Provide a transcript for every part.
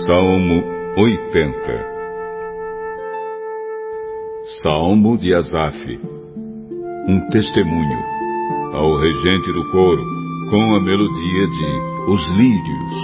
Salmo 80. Salmo de Asaf. Um testemunho ao regente do coro, com a melodia de Os Lírios.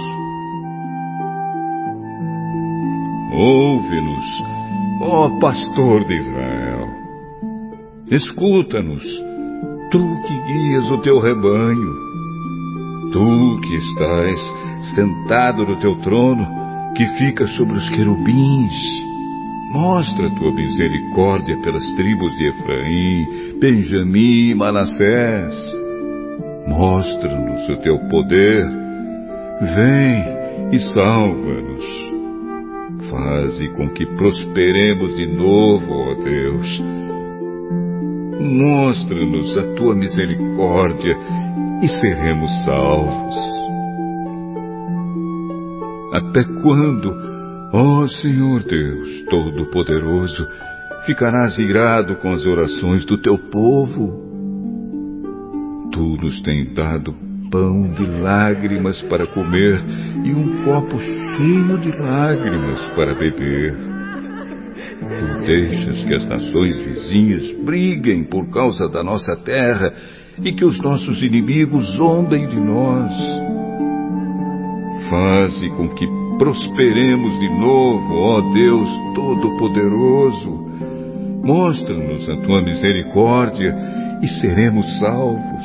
Ouve-nos, ó pastor de Israel. Escuta-nos, tu que guias o teu rebanho. Tu que estás sentado no teu trono, que ficas sobre os querubins. Mostra a tua misericórdia pelas tribos de Efraim, Benjamim e Manassés. Mostra-nos o teu poder. Vem e salva-nos. Faze com que prosperemos de novo, ó Deus. Mostra-nos a tua misericórdia e seremos salvos. Até quando, ó Senhor Deus Todo-Poderoso, ficarás irado com as orações do teu povo? Tu nos tens dado pão de lágrimas para comer e um copo cheio de lágrimas para beber. Tu deixas que as nações vizinhas briguem por causa da nossa terra e que os nossos inimigos zombem de nós. Faze com que prosperemos de novo, ó Deus Todo-Poderoso. Mostra-nos a tua misericórdia e seremos salvos.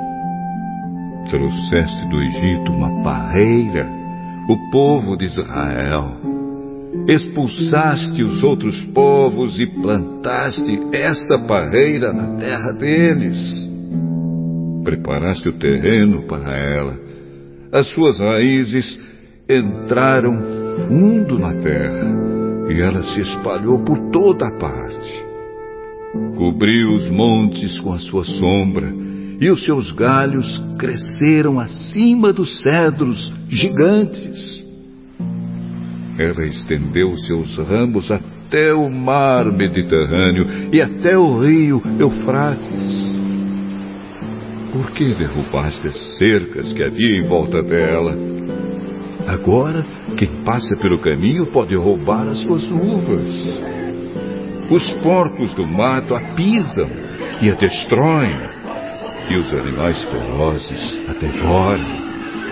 Trouxeste do Egito uma parreira, o povo de Israel. Expulsaste os outros povos e plantaste essa parreira na terra deles. Preparaste o terreno para ela. As suas raízes entraram fundo na terra e ela se espalhou por toda a parte. Cobriu os montes com a sua sombra e os seus galhos cresceram acima dos cedros gigantes. Ela estendeu seus ramos até o mar Mediterrâneo e até o rio Eufrates. Por que derrubaste as cercas que havia em volta dela? Agora, quem passa pelo caminho pode roubar as suas uvas. Os porcos do mato a pisam e a destroem, e os animais ferozes a devoram.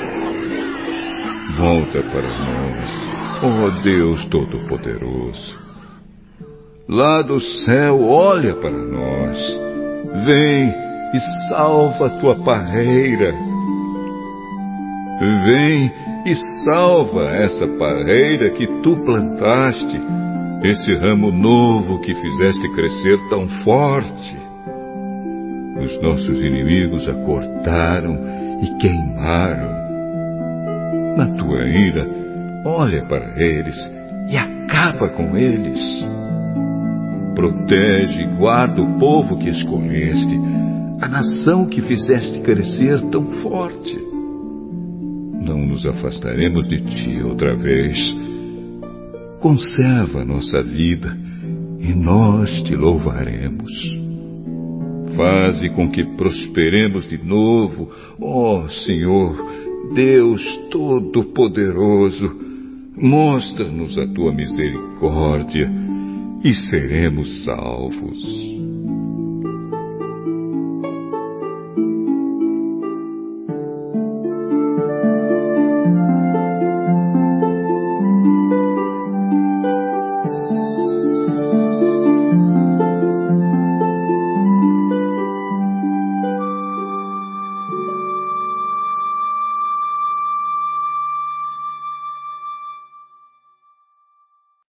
Volta para nós, ó Deus Todo-Poderoso. Lá do céu, olha para nós. Vem e salva a tua parreira. Vem e salva essa parreira que tu plantaste, esse ramo novo que fizeste crescer tão forte. Os nossos inimigos a cortaram e queimaram. Na tua ira, olha para eles e acaba com eles. Protege e guarda o povo que escolheste, a nação que fizeste crescer tão forte. Não nos afastaremos de ti outra vez. Conserva a nossa vida e nós te louvaremos. Faze com que prosperemos de novo, ó Senhor, Deus Todo-Poderoso. Mostra-nos a tua misericórdia e seremos salvos.